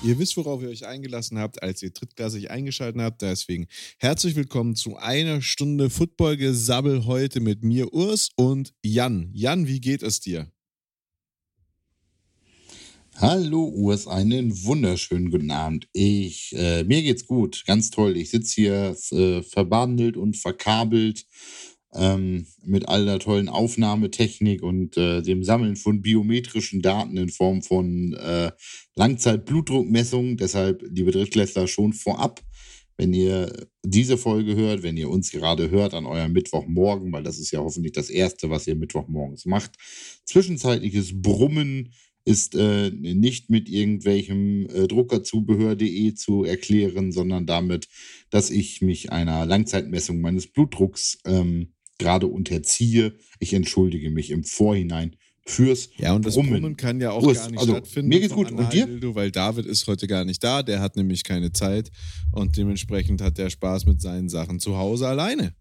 Ihr wisst, worauf ihr euch eingelassen habt, als ihr drittklassig eingeschaltet habt. Deswegen herzlich willkommen zu einer Stunde Football-Gesabbel heute mit mir, Urs und Jan. Jan, wie geht es dir? Hallo Urs, einen wunderschönen guten Abend. Mir geht's gut, ganz toll. Ich sitze hier verbandelt und verkabelt mit all der tollen Aufnahmetechnik und dem Sammeln von biometrischen Daten in Form von Langzeit-Blutdruckmessungen. Deshalb, liebe Drittklässler, schon vorab, wenn ihr diese Folge hört, wenn ihr uns gerade hört an eurem Mittwochmorgen, weil das ist ja hoffentlich das Erste, was ihr Mittwochmorgens macht, zwischenzeitliches Brummen ist nicht mit irgendwelchem Druckerzubehör.de zu erklären, sondern damit, dass ich mich einer Langzeitmessung meines Blutdrucks gerade unterziehe. Ich entschuldige mich im Vorhinein fürs Ja, und das Brummen kann ja auch gar nicht stattfinden. Mir geht's gut. Und dir? Weil David ist heute gar nicht da, der hat nämlich keine Zeit und dementsprechend hat der Spaß mit seinen Sachen zu Hause alleine.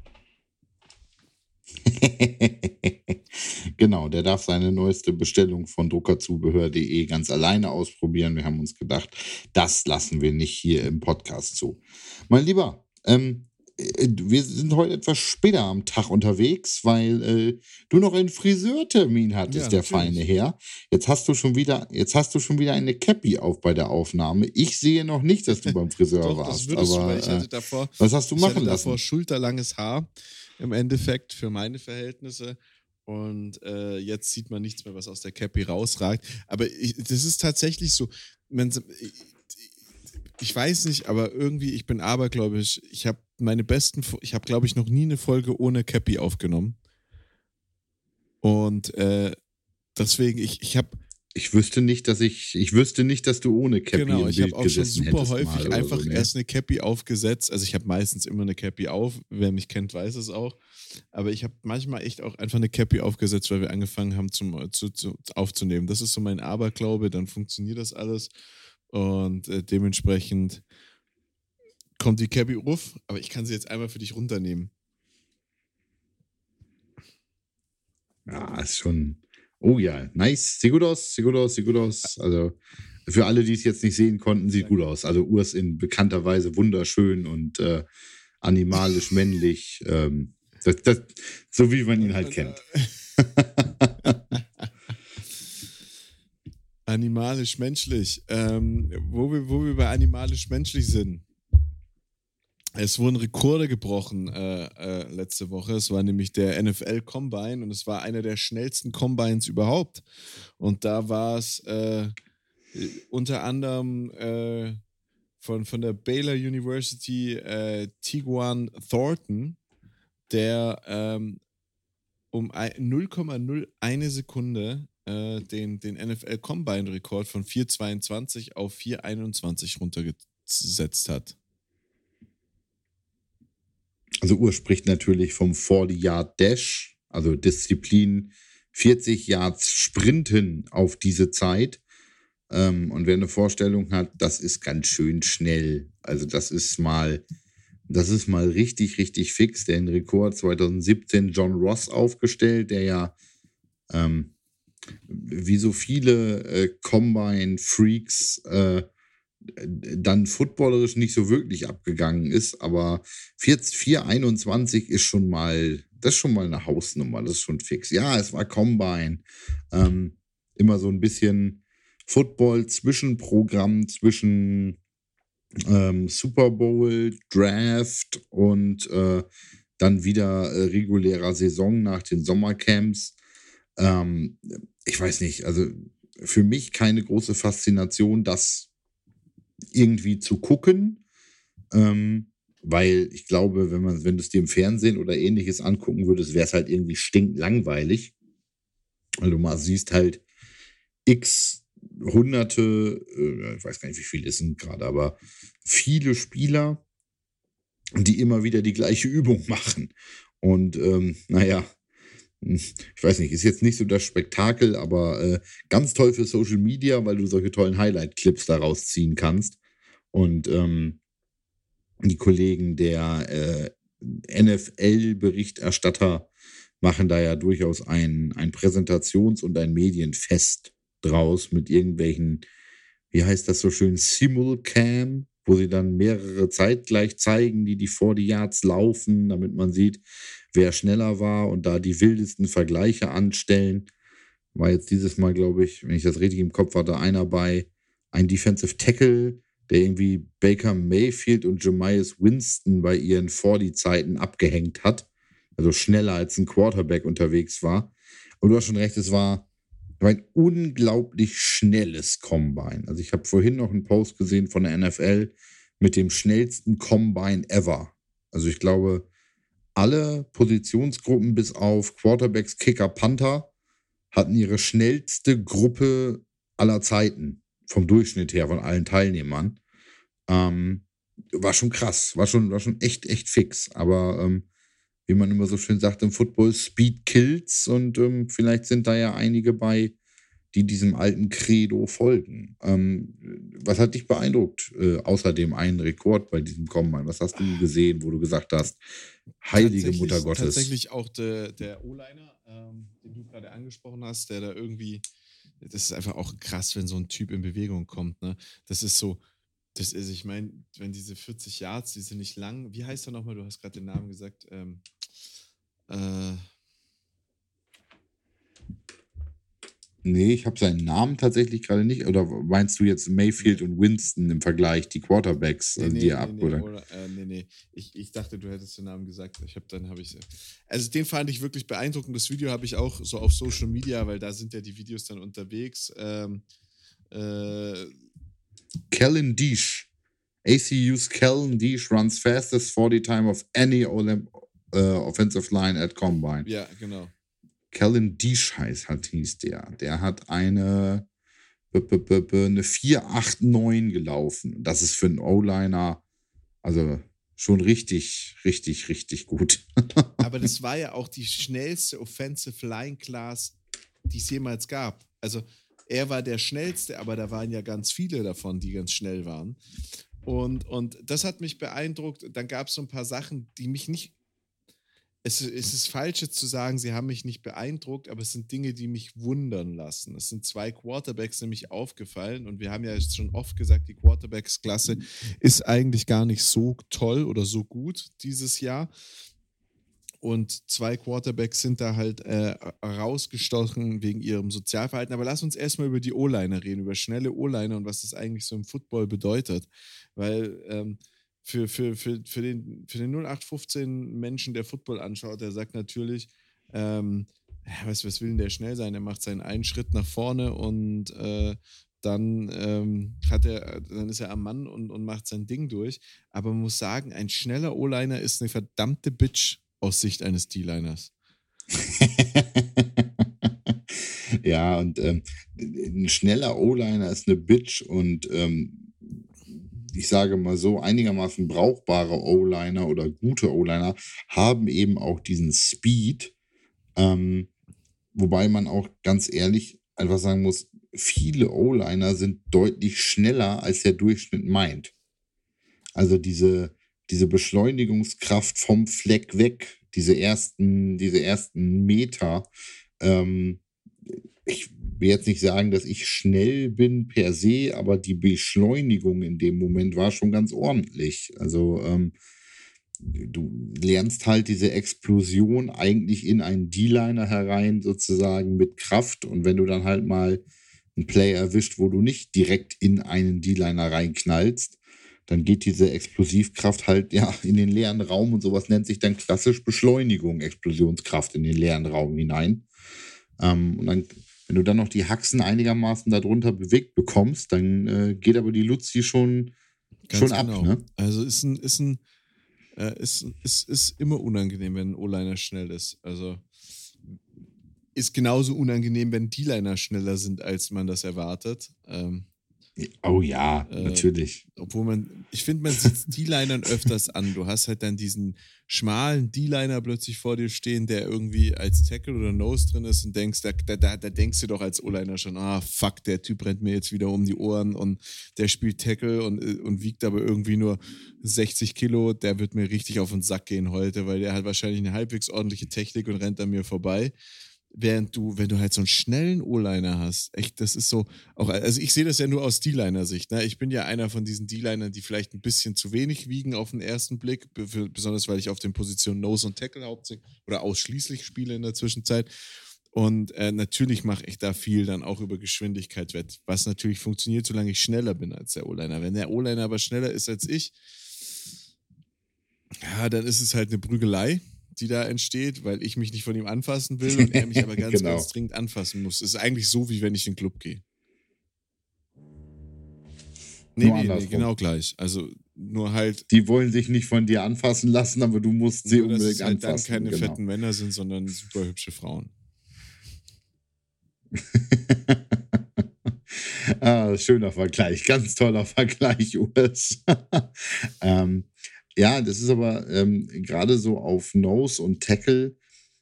Genau, der darf seine neueste Bestellung von Druckerzubehör.de ganz alleine ausprobieren. Wir haben uns gedacht, das lassen wir nicht hier im Podcast zu. Mein Lieber, wir sind heute etwas später am Tag unterwegs, weil du noch einen Friseurtermin hattest, der feine Herr. Jetzt hast du schon wieder eine Cappy auf bei der Aufnahme. Ich sehe noch nicht, dass du beim Friseur Doch, warst. Das aber du, ich hatte davor, was hast du machen lassen? Ich hatte davor schulterlanges Haar im Endeffekt für meine Verhältnisse. Und jetzt sieht man nichts mehr, was aus der Cappy rausragt. Aber das ist tatsächlich so. Ich weiß nicht, aber irgendwie, ich bin abergläubisch. Ich habe glaube ich, noch nie eine Folge ohne Cappy aufgenommen. Und deswegen, ich wüsste nicht, dass du ohne Cappy im Bild gesessen hättest. Genau, ich habe auch schon super häufig einfach erst eine Cappy aufgesetzt. Also ich habe meistens immer eine Cappy auf. Wer mich kennt, weiß es auch. Aber ich habe manchmal echt auch einfach eine Cappy aufgesetzt, weil wir angefangen haben aufzunehmen. Das ist so mein Aberglaube, dann funktioniert das alles. Und dementsprechend kommt die Cappy ruf, aber ich kann sie jetzt einmal für dich runternehmen. Ja, ist schon... Oh ja, nice. Sieht gut aus. Also für alle, die es jetzt nicht sehen konnten, sieht gut aus. Also Urs in bekannter Weise wunderschön und animalisch männlich. So wie man ihn halt kennt. Animalisch-menschlich. Wo wir bei animalisch-menschlich sind. Es wurden Rekorde gebrochen letzte Woche. Es war nämlich der NFL Combine und es war einer der schnellsten Combines überhaupt. Und da war es unter anderem von der Baylor University Tiguan Thornton, der um 0,01 Sekunde den NFL Combine-Rekord von 4,22 auf 4,21 runtergesetzt hat. Also Urs spricht natürlich vom 40-Yard-Dash, also Disziplin 40 Yards Sprinten auf diese Zeit. Und wer eine Vorstellung hat, das ist ganz schön schnell. Also das ist mal richtig, richtig fix. Den Rekord 2017 John Ross aufgestellt, der ja wie so viele Combine-Freaks dann footballerisch nicht so wirklich abgegangen ist, aber 4,21 ist schon mal eine Hausnummer, das ist schon fix. Ja, es war Combine. Immer so ein bisschen Football-Zwischenprogramm zwischen Super Bowl, Draft und dann wieder regulärer Saison nach den Sommercamps. Ich weiß nicht, also für mich keine große Faszination, das irgendwie zu gucken, weil ich glaube, wenn du es dir im Fernsehen oder ähnliches angucken würdest, wäre es halt irgendwie stinklangweilig, weil du mal siehst halt x Hunderte, ich weiß gar nicht, wie viele es sind gerade, aber viele Spieler, die immer wieder die gleiche Übung machen. Und ich weiß nicht, ist jetzt nicht so das Spektakel, aber ganz toll für Social Media, weil du solche tollen Highlight-Clips daraus ziehen kannst. Und die Kollegen der NFL-Berichterstatter machen da ja durchaus ein Präsentations- und ein Medienfest draus mit irgendwelchen wie heißt das so schön, Simulcam, wo sie dann mehrere zeitgleich zeigen, die vor die Yards laufen, damit man sieht, wer schneller war und da die wildesten Vergleiche anstellen. War jetzt dieses Mal, glaube ich, wenn ich das richtig im Kopf hatte, einer bei ein Defensive Tackle, der irgendwie Baker Mayfield und Jameis Winston bei ihren 40-Zeiten abgehängt hat. Also schneller als ein Quarterback unterwegs war. Und du hast schon recht, es war ein unglaublich schnelles Combine. Also ich habe vorhin noch einen Post gesehen von der NFL mit dem schnellsten Combine ever. Also ich glaube, alle Positionsgruppen bis auf Quarterbacks, Kicker, Panther hatten ihre schnellste Gruppe aller Zeiten, vom Durchschnitt her, von allen Teilnehmern. War schon krass, war schon echt fix. Aber wie man immer so schön sagt im Football, Speed kills. Und vielleicht sind da ja einige bei, die diesem alten Credo folgen. Was hat dich beeindruckt, außer dem einen Rekord bei diesem Combine? Was hast du gesehen, wo du gesagt hast, heilige Mutter Gottes? Tatsächlich auch der O-Liner, den du gerade angesprochen hast, der da irgendwie, das ist einfach auch krass, wenn so ein Typ in Bewegung kommt, ne? Das ist so, ich meine, wenn diese 40 Yards, die sind nicht lang. Wie heißt er nochmal? Du hast gerade den Namen gesagt. Nee, ich habe seinen Namen tatsächlich gerade nicht. Oder meinst du jetzt Mayfield und Winston im Vergleich, die Quarterbacks, Nee. Ich dachte, du hättest den Namen gesagt. Also den fand ich wirklich beeindruckend. Das Video habe ich auch so auf Social Media, weil da sind ja die Videos dann unterwegs. Kellen Diesch. ACU's Kellen Diesch runs fastest 40 time of any offensive line at Combine. Ja, genau. Kellen Diesch hieß der. Der hat eine 4,89 gelaufen. Das ist für einen O-Liner also schon richtig gut. Aber das war ja auch die schnellste Offensive Line Class, die es jemals gab. Also er war der schnellste, aber da waren ja ganz viele davon, die ganz schnell waren. Und das hat mich beeindruckt. Dann gab es so ein paar Sachen, die mich nicht. Es ist falsch jetzt zu sagen, sie haben mich nicht beeindruckt, aber es sind Dinge, die mich wundern lassen. Es sind 2 Quarterbacks nämlich aufgefallen und wir haben ja jetzt schon oft gesagt, die Quarterbacks-Klasse ist eigentlich gar nicht so toll oder so gut dieses Jahr. Und 2 Quarterbacks sind da halt rausgestochen wegen ihrem Sozialverhalten. Aber lass uns erstmal über die O-Liner reden, über schnelle O-Liner und was das eigentlich so im Football bedeutet. Weil für den 0815 Menschen, der Football anschaut, der sagt natürlich, was will denn der schnell sein? Er macht seinen einen Schritt nach vorne und dann ist er am Mann und macht sein Ding durch. Aber man muss sagen, ein schneller O-Liner ist eine verdammte Bitch aus Sicht eines D-Liners. Ja, und ein schneller O-Liner ist eine Bitch und ich sage mal so, einigermaßen brauchbare O-Liner oder gute O-Liner haben eben auch diesen Speed, wobei man auch ganz ehrlich einfach sagen muss, viele O-Liner sind deutlich schneller, als der Durchschnitt meint. Also diese Beschleunigungskraft vom Fleck weg, diese ersten Meter, ich will jetzt nicht sagen, dass ich schnell bin per se, aber die Beschleunigung in dem Moment war schon ganz ordentlich. Also du lernst halt diese Explosion eigentlich in einen D-Liner herein sozusagen mit Kraft und wenn du dann halt mal einen Play erwischt, wo du nicht direkt in einen D-Liner reinknallst, dann geht diese Explosivkraft halt ja in den leeren Raum und sowas nennt sich dann klassisch Beschleunigung, Explosionskraft in den leeren Raum hinein. Und dann, wenn du dann noch die Haxen einigermaßen darunter bewegt bekommst, dann geht aber die Luzi schon ab. Genau. Ne? Also ist immer unangenehm, wenn ein O-Liner schnell ist. Also ist genauso unangenehm, wenn D-Liner schneller sind, als man das erwartet. Oh ja, natürlich. Obwohl ich finde, man sieht D-Linern öfters an. Du hast halt dann diesen schmalen D-Liner plötzlich vor dir stehen, der irgendwie als Tackle oder Nose drin ist und denkst, da denkst du doch als O-Liner schon, fuck, der Typ rennt mir jetzt wieder um die Ohren und der spielt Tackle und wiegt aber irgendwie nur 60 Kilo, der wird mir richtig auf den Sack gehen heute, weil der hat wahrscheinlich eine halbwegs ordentliche Technik und rennt an mir vorbei. wenn du halt so einen schnellen O-Liner hast, echt, das ist so, auch, also ich sehe das ja nur aus D-Liner-Sicht, ne? Ich bin ja einer von diesen D-Linern, die vielleicht ein bisschen zu wenig wiegen auf den ersten Blick, besonders weil ich auf den Positionen Nose und Tackle hauptsächlich oder ausschließlich spiele in der Zwischenzeit. Und natürlich mache ich da viel dann auch über Geschwindigkeit wett, was natürlich funktioniert, solange ich schneller bin als der O-Liner. Wenn der O-Liner aber schneller ist als ich, ja, dann ist es halt eine Prügelei, die da entsteht, weil ich mich nicht von ihm anfassen will und er mich aber ganz, Genau. ganz dringend anfassen muss. Es ist eigentlich so, wie wenn ich in den Club gehe. Nee, genau gleich. Also nur halt. Die wollen sich nicht von dir anfassen lassen, aber du musst sie unbedingt dass es halt anfassen. dann keine fetten Männer sind, sondern super hübsche Frauen. Schöner Vergleich, ganz toller Vergleich, Urs. Ja, das ist aber gerade so auf Nose und Tackle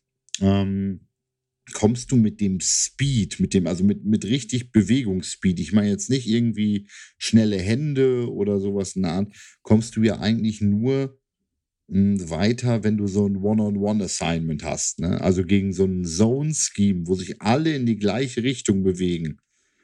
kommst du mit dem Speed, mit richtig Bewegungsspeed, ich meine jetzt nicht irgendwie schnelle Hände oder sowas in der Art, kommst du ja eigentlich nur weiter, wenn du so ein One-on-One-Assignment hast. Ne? Also gegen so ein Zone-Scheme, wo sich alle in die gleiche Richtung bewegen,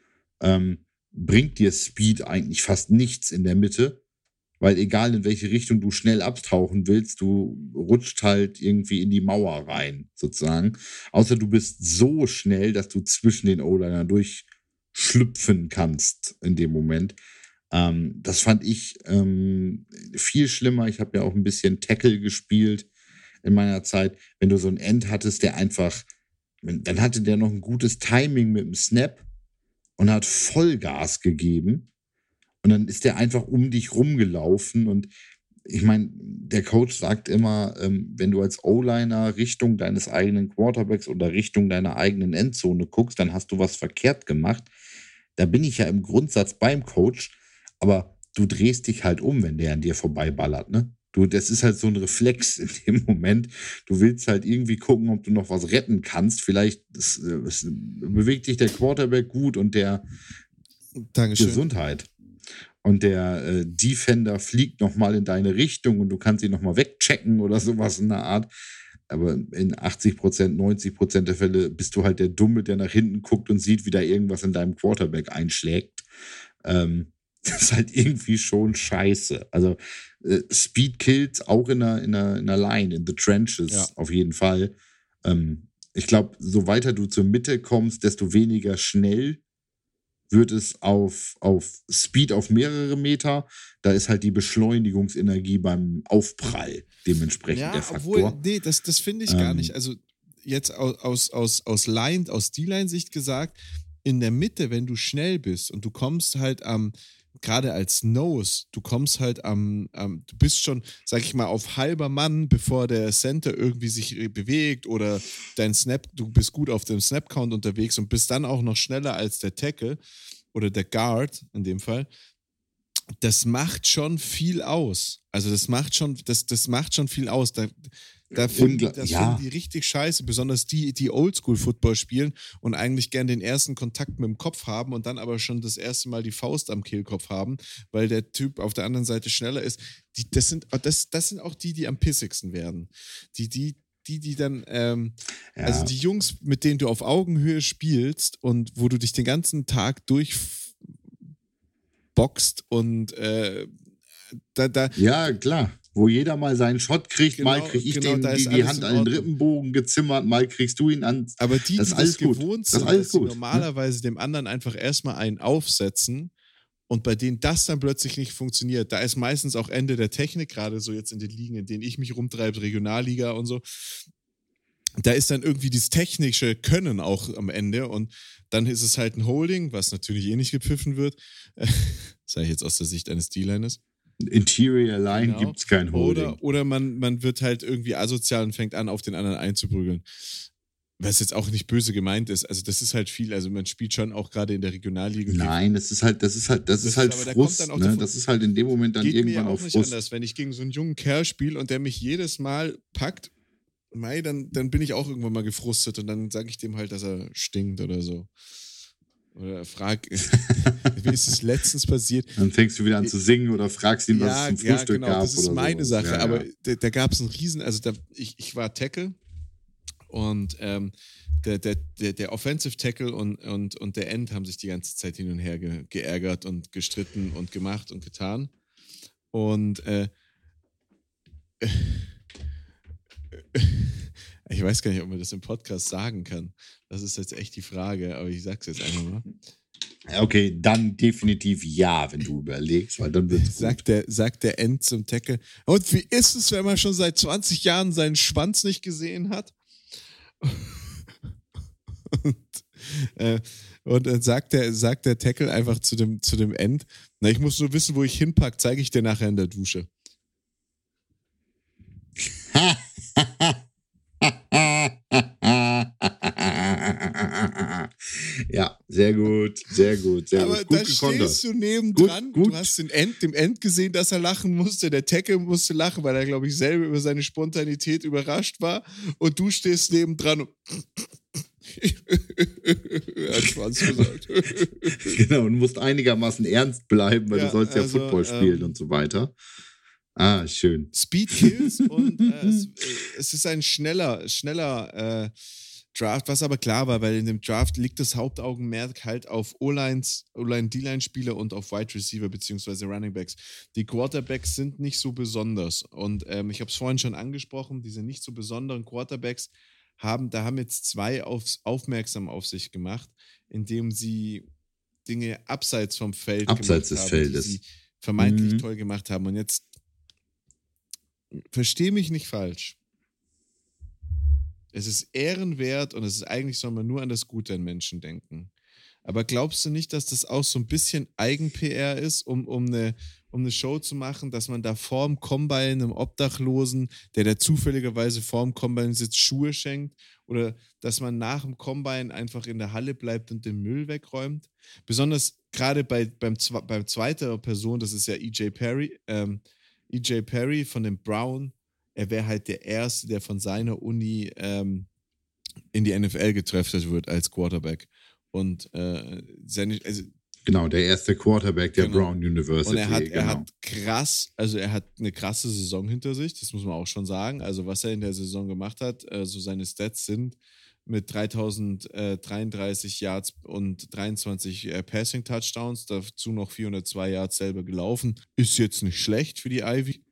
bringt dir Speed eigentlich fast nichts in der Mitte, weil egal in welche Richtung du schnell abtauchen willst, du rutscht halt irgendwie in die Mauer rein, sozusagen. Außer du bist so schnell, dass du zwischen den O-Liner durchschlüpfen kannst in dem Moment. Das fand ich viel schlimmer. Ich habe ja auch ein bisschen Tackle gespielt in meiner Zeit. Wenn du so einen End hattest, der einfach, dann hatte der noch ein gutes Timing mit dem Snap und hat Vollgas gegeben. Und dann ist der einfach um dich rumgelaufen. Und ich meine, der Coach sagt immer, wenn du als O-Liner Richtung deines eigenen Quarterbacks oder Richtung deiner eigenen Endzone guckst, dann hast du was verkehrt gemacht. Da bin ich ja im Grundsatz beim Coach, aber du drehst dich halt um, wenn der an dir vorbeiballert, ne? Das ist halt so ein Reflex in dem Moment. Du willst halt irgendwie gucken, ob du noch was retten kannst. Vielleicht bewegt sich der Quarterback gut und der Dankeschön. Gesundheit. Und der Defender fliegt nochmal in deine Richtung und du kannst ihn nochmal wegchecken oder sowas in der Art. Aber in 80%, 90% der Fälle bist du halt der Dumme, der nach hinten guckt und sieht, wie da irgendwas in deinem Quarterback einschlägt. Das ist halt irgendwie schon scheiße. Also Speed Kills auch in einer Line, in the trenches, ja. Auf jeden Fall. Ich glaube, so weiter du zur Mitte kommst, desto weniger schnell wird es auf Speed auf mehrere Meter. Da ist halt die Beschleunigungsenergie beim Aufprall dementsprechend der Faktor. Obwohl, nee, das finde ich gar nicht. Also jetzt aus D-Line-Sicht gesagt, in der Mitte, wenn du schnell bist und du kommst halt gerade als Nose, du kommst halt du bist schon, sag ich mal, auf halber Mann, bevor der Center irgendwie sich bewegt oder dein Snap, du bist gut auf dem Snap-Count unterwegs und bist dann auch noch schneller als der Tackle oder der Guard in dem Fall. Das macht schon viel aus. Also das macht schon viel aus. Da finden die richtig scheiße, besonders die Oldschool-Football spielen und eigentlich gern den ersten Kontakt mit dem Kopf haben und dann aber schon das erste Mal die Faust am Kehlkopf haben, weil der Typ auf der anderen Seite schneller ist. Das sind auch die am pissigsten werden. Die dann, also die Jungs, mit denen du auf Augenhöhe spielst und wo du dich den ganzen Tag durchboxt und ja, klar. Wo jeder mal seinen Shot kriegt, genau, mal krieg ich die Hand an den Rippenbogen gezimmert, mal kriegst du ihn an. Aber die das gewohnt sind, dass sie normalerweise dem anderen einfach erstmal einen aufsetzen und bei denen das dann plötzlich nicht funktioniert, da ist meistens auch Ende der Technik, gerade so jetzt in den Ligen, in denen ich mich rumtreibe, Regionalliga und so, da ist dann irgendwie das technische Können auch am Ende und dann ist es halt ein Holding, was natürlich eh nicht gepfiffen wird, sage ich jetzt aus der Sicht eines D-Liners. Interior Line gibt es kein Holding. Oder man wird halt irgendwie asozial und fängt an, auf den anderen einzuprügeln. Was jetzt auch nicht böse gemeint ist. Also das ist halt viel. Also man spielt schon auch gerade in der Regionalliga. Nein, das ist halt Frust. Ne? Das ist halt in dem Moment dann irgendwann auch Frust. Geht mir auch nicht anders. Wenn ich gegen so einen jungen Kerl spiele und der mich jedes Mal packt, dann bin ich auch irgendwann mal gefrustet und dann sage ich dem halt, dass er stinkt oder so. Oder wie ist es letztens passiert? Dann fängst du wieder an zu singen oder fragst ihn, was es zum Frühstück gab. Das ist oder meine sowas. Sache, aber da gab es einen Riesen, also ich war Tackle und der Offensive Tackle und der End haben sich die ganze Zeit hin und her geärgert und gestritten und gemacht und getan. Und ich weiß gar nicht, ob man das im Podcast sagen kann. Das ist jetzt echt die Frage, aber ich sag's jetzt einfach mal. Okay, dann definitiv ja, wenn du überlegst, weil dann wird's gut. Sagt der End zum Tackle. Und wie ist es, wenn man schon seit 20 Jahren seinen Schwanz nicht gesehen hat? Und dann sagt der Tackle einfach zu dem End, na, ich muss nur wissen, wo ich hinpack, zeige ich dir nachher in der Dusche. Ja, sehr gut. Aber gut da stehst du nebendran, gut. Du hast dem End gesehen, dass er lachen musste, der Tackle musste lachen, weil er, glaube ich, selber über seine Spontanität überrascht war und du stehst nebendran und er hat Schwanz gesagt. Genau, und musst einigermaßen ernst bleiben, weil du sollst ja Football spielen und so weiter. Ah, schön. Speed kills und es ist ein schneller Draft, was aber klar war, weil in dem Draft liegt das Hauptaugenmerk halt auf O-Line, D-Line-Spieler und auf Wide Receiver bzw. Running Backs. Die Quarterbacks sind nicht so besonders und ich habe es vorhin schon angesprochen, diese nicht so besonderen Quarterbacks haben jetzt zwei aufmerksam auf sich gemacht, indem sie Dinge abseits vom Feld abseits des Feldes, die sie vermeintlich toll gemacht haben. Und jetzt versteh mich nicht falsch. Es ist ehrenwert und es ist eigentlich, soll man nur an das Gute an Menschen denken. Aber glaubst du nicht, dass das auch so ein bisschen Eigen-PR ist, um eine Show zu machen, dass man da vorm Combine einem Obdachlosen, der zufälligerweise vorm Combine sitzt, Schuhe schenkt? Oder dass man nach dem Combine einfach in der Halle bleibt und den Müll wegräumt? Besonders gerade beim zweiten Person, das ist ja E.J. Perry. E.J. Perry von den Brown, er wäre halt der Erste, der von seiner Uni in die NFL gedraftet wird als Quarterback. Und genau, der erste Quarterback der Brown University. Und er hat eine krasse Saison hinter sich, das muss man auch schon sagen. Also was er in der Saison gemacht hat, so seine Stats sind mit 3033 Yards und 23 Passing Touchdowns, dazu noch 402 Yards selber gelaufen. Ist jetzt nicht schlecht für die Ivy.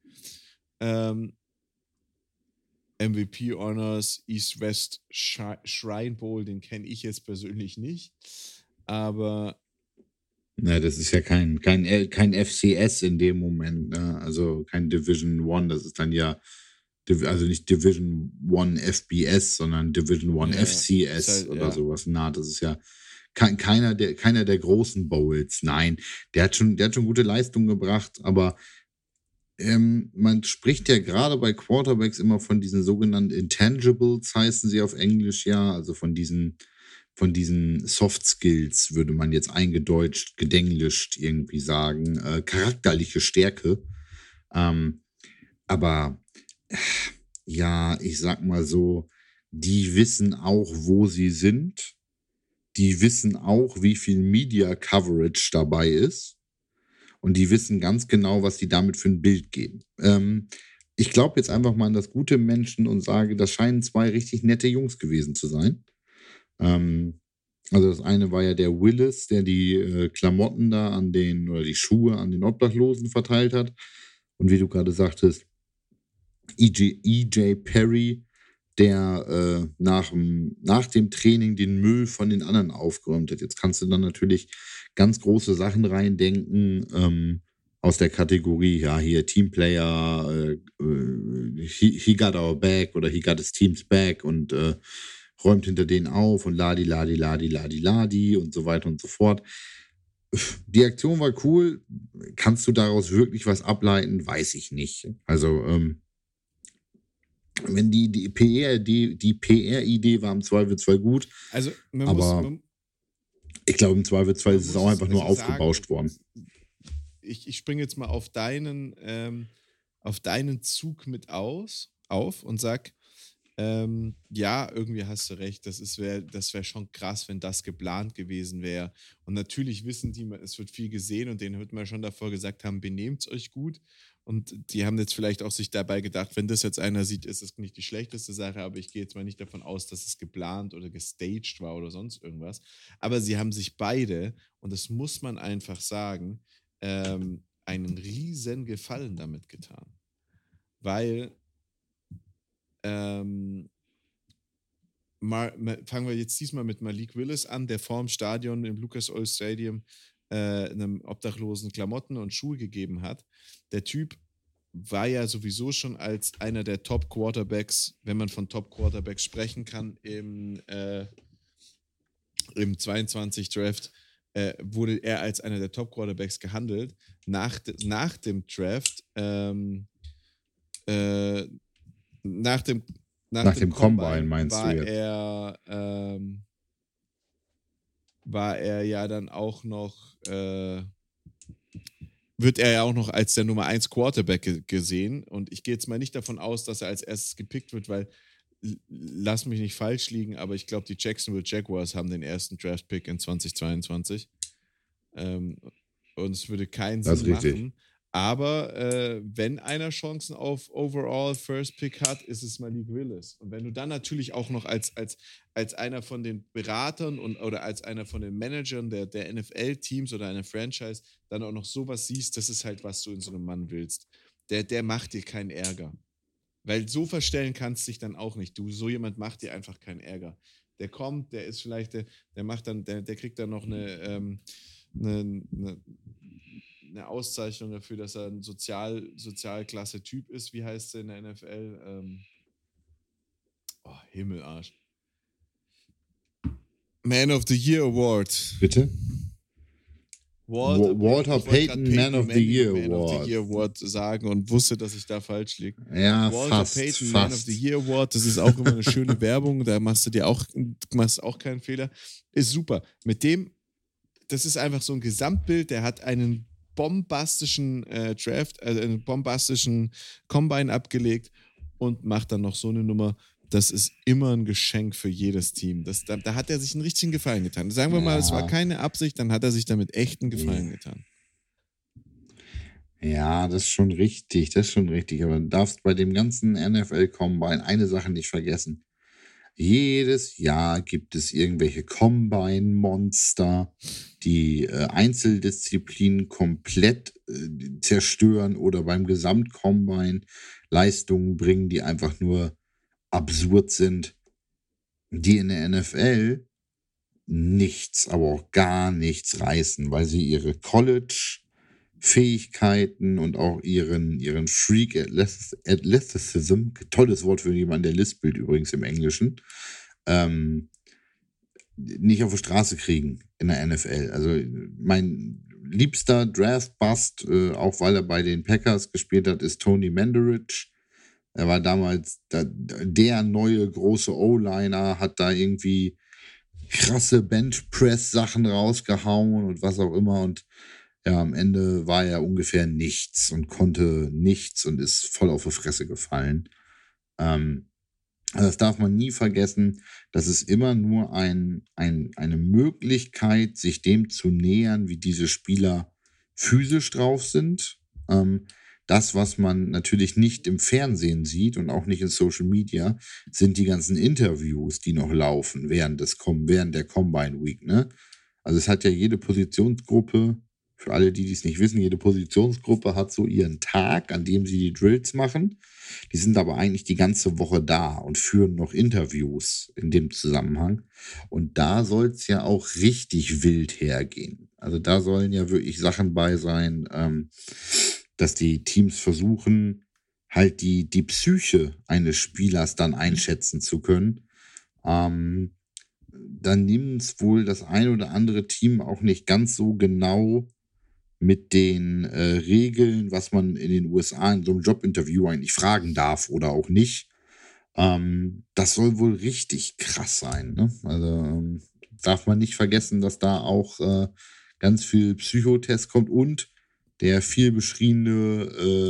MVP Honors, East-West Shrine Bowl, den kenne ich jetzt persönlich nicht. Aber na, das ist ja kein FCS in dem Moment, ne? Also kein Division One, das ist dann ja, also nicht Division One FBS, sondern Division One FCS halt, oder sowas. Na, das ist ja keiner der großen Bowls. Nein, der hat schon gute Leistungen gebracht, aber man spricht ja gerade bei Quarterbacks immer von diesen sogenannten Intangibles, heißen sie auf Englisch ja, also von diesen Soft Skills würde man jetzt eingedeutscht, gedenglischt irgendwie sagen, charakterliche Stärke. Aber ja, ich sag mal so, die wissen auch, wo sie sind. Die wissen auch, wie viel Media Coverage dabei ist. Und die wissen ganz genau, was die damit für ein Bild geben. Ich glaube jetzt einfach mal an das gute Menschen und sage, das scheinen zwei richtig nette Jungs gewesen zu sein. Also das eine war ja der Willis, der die Klamotten da oder die Schuhe an den Obdachlosen verteilt hat. Und wie du gerade sagtest, E.J. Perry, der nach dem Training den Müll von den anderen aufgeräumt hat. Jetzt kannst du dann natürlich ganz große Sachen reindenken, aus der Kategorie, ja, hier Teamplayer, he got our back oder he got his team's back und räumt hinter denen auf und ladi und so weiter und so fort. Die Aktion war cool. Kannst du daraus wirklich was ableiten? Weiß ich nicht. Also, wenn die PR-Idee war im Zweifelsfall gut. Also, ich glaube, im Zweifelsfall ist es auch einfach nur aufgebauscht worden. Ich springe jetzt mal auf deinen Zug mit auf und sag, ja, irgendwie hast du recht, das wäre schon krass, wenn das geplant gewesen wäre. Und natürlich wissen die, es wird viel gesehen und denen wird man schon davor gesagt haben, benehmt euch gut. Und die haben jetzt vielleicht auch sich dabei gedacht, wenn das jetzt einer sieht, ist es nicht die schlechteste Sache, aber ich gehe jetzt mal nicht davon aus, dass es geplant oder gestaged war oder sonst irgendwas. Aber sie haben sich beide, und das muss man einfach sagen, einen riesen Gefallen damit getan. Weil fangen wir jetzt diesmal mit Malik Willis an, der vorm Stadion im Lucas Oil Stadium einem Obdachlosen Klamotten und Schuhe gegeben hat. Der Typ war ja sowieso schon als einer der Top-Quarterbacks, wenn man von Top-Quarterbacks sprechen kann, im 22-Draft, wurde er als einer der Top-Quarterbacks gehandelt. Nach dem Draft, nach dem Combine meinst war du jetzt? War er ja dann auch noch, wird er ja auch noch als der Nummer 1 Quarterback gesehen. Und ich gehe jetzt mal nicht davon aus, dass er als erstes gepickt wird, weil, lass mich nicht falsch liegen, aber ich glaube, die Jacksonville Jaguars haben den ersten Draft-Pick in 2022. Und es würde keinen Sinn machen. Aber wenn einer Chancen auf Overall First Pick hat, ist es Malik Willis. Und wenn du dann natürlich auch noch als einer von den Beratern oder als einer von den Managern der NFL-Teams oder einer Franchise dann auch noch sowas siehst, das ist halt, was du in so einem Mann willst. Der macht dir keinen Ärger. Weil so verstellen kannst du dich dann auch nicht. So jemand macht dir einfach keinen Ärger. Der kommt, der ist vielleicht, der macht dann, der kriegt dann noch eine Auszeichnung dafür, dass er ein Sozialklasse-Typ ist. Wie heißt er in der NFL? Himmelarsch. Man of the Year Award. Bitte? Walter Payton Man of the Year Award sagen und wusste, dass ich da falsch liege. Ja, Walter Payton Man of the Year Award, das ist auch immer eine schöne Werbung, da machst du auch keinen Fehler. Ist super. Mit dem, das ist einfach so ein Gesamtbild, der hat einen bombastischen einen bombastischen Combine abgelegt und macht dann noch so eine Nummer. Das ist immer ein Geschenk für jedes Team. Da hat er sich einen richtigen Gefallen getan. Sagen wir mal, es war keine Absicht, dann hat er sich damit echt einen Gefallen getan. Ja, das ist schon richtig. Aber du darfst bei dem ganzen NFL-Combine eine Sache nicht vergessen. Jedes Jahr gibt es irgendwelche Combine-Monster, die Einzeldisziplinen komplett zerstören oder beim Gesamtcombine Leistungen bringen, die einfach nur absurd sind, die in der NFL nichts, aber auch gar nichts reißen, weil sie ihre College-Fähigkeiten und auch ihren Freak Athleticism, tolles Wort für jemanden, der lispelt übrigens im Englischen, nicht auf die Straße kriegen in der NFL. Also mein liebster Draft-Bust, auch weil er bei den Packers gespielt hat, ist Tony Mandarich. Er war damals der neue große O-Liner, hat da irgendwie krasse Bench-Press-Sachen rausgehauen und was auch immer. Und ja, am Ende war er ungefähr nichts und konnte nichts und ist voll auf die Fresse gefallen. Das darf man nie vergessen. Das ist immer nur eine Möglichkeit, sich dem zu nähern, wie diese Spieler physisch drauf sind. Das, was man natürlich nicht im Fernsehen sieht und auch nicht in Social Media, sind die ganzen Interviews, die noch laufen während der Combine Week. Ne? Also es hat ja jede Positionsgruppe, für alle, die es nicht wissen, jede Positionsgruppe hat so ihren Tag, an dem sie die Drills machen. Die sind aber eigentlich die ganze Woche da und führen noch Interviews in dem Zusammenhang. Und da soll es ja auch richtig wild hergehen. Also da sollen ja wirklich Sachen bei sein, dass die Teams versuchen, halt die Psyche eines Spielers dann einschätzen zu können. Dann nimmt es wohl das ein oder andere Team auch nicht ganz so genau mit den Regeln, was man in den USA in so einem Jobinterview eigentlich fragen darf oder auch nicht. Das soll wohl richtig krass sein. Ne? Also darf man nicht vergessen, dass da auch ganz viel Psychotest kommt und der viel beschriebene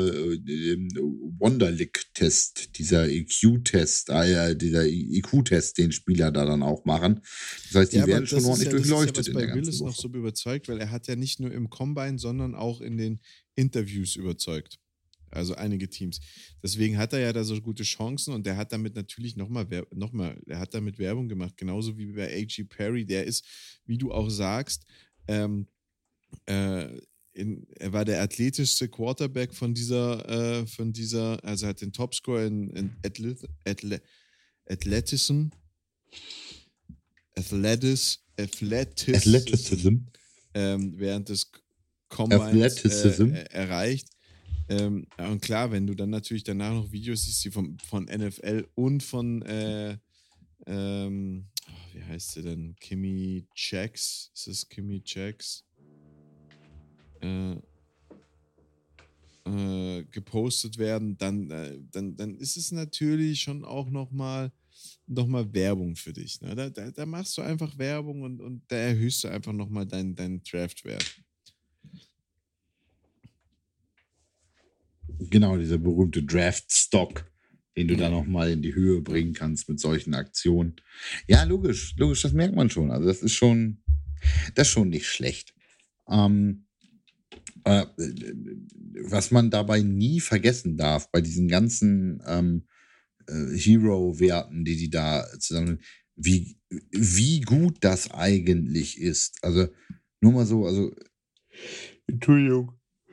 Wonderlic-Test, dieser IQ-Test, dieser IQ-Test, den Spieler da dann auch machen. Das heißt, die werden schon ordentlich durchleuchtet. Das ist ja, was bei Willis noch so überzeugt, weil er hat ja nicht nur im Combine, sondern auch in den Interviews überzeugt. Also einige Teams. Deswegen hat er ja da so gute Chancen und der hat damit natürlich er hat damit Werbung gemacht, genauso wie bei A.G. Perry. Der ist, wie du auch sagst, er war der athletischste Quarterback von dieser, also hat den Topscore in Athleticism, während des Combines erreicht. Und klar, wenn du dann natürlich danach noch Videos siehst, die von NFL und von wie heißt sie denn? Kimmy Jacks? Ist es Kimmy Jacks? Gepostet werden, dann ist es natürlich schon auch noch mal Werbung für dich. Ne? Da machst du einfach Werbung und da erhöhst du einfach noch mal deinen Draftwert. Genau, dieser berühmte Draft-Stock, den du dann noch mal in die Höhe bringen kannst mit solchen Aktionen. Ja, logisch, das merkt man schon. Also das ist schon nicht schlecht. Was man dabei nie vergessen darf, bei diesen ganzen Hero-Werten, die da zusammen, wie gut das eigentlich ist. Also nur mal so, also Entschuldigung.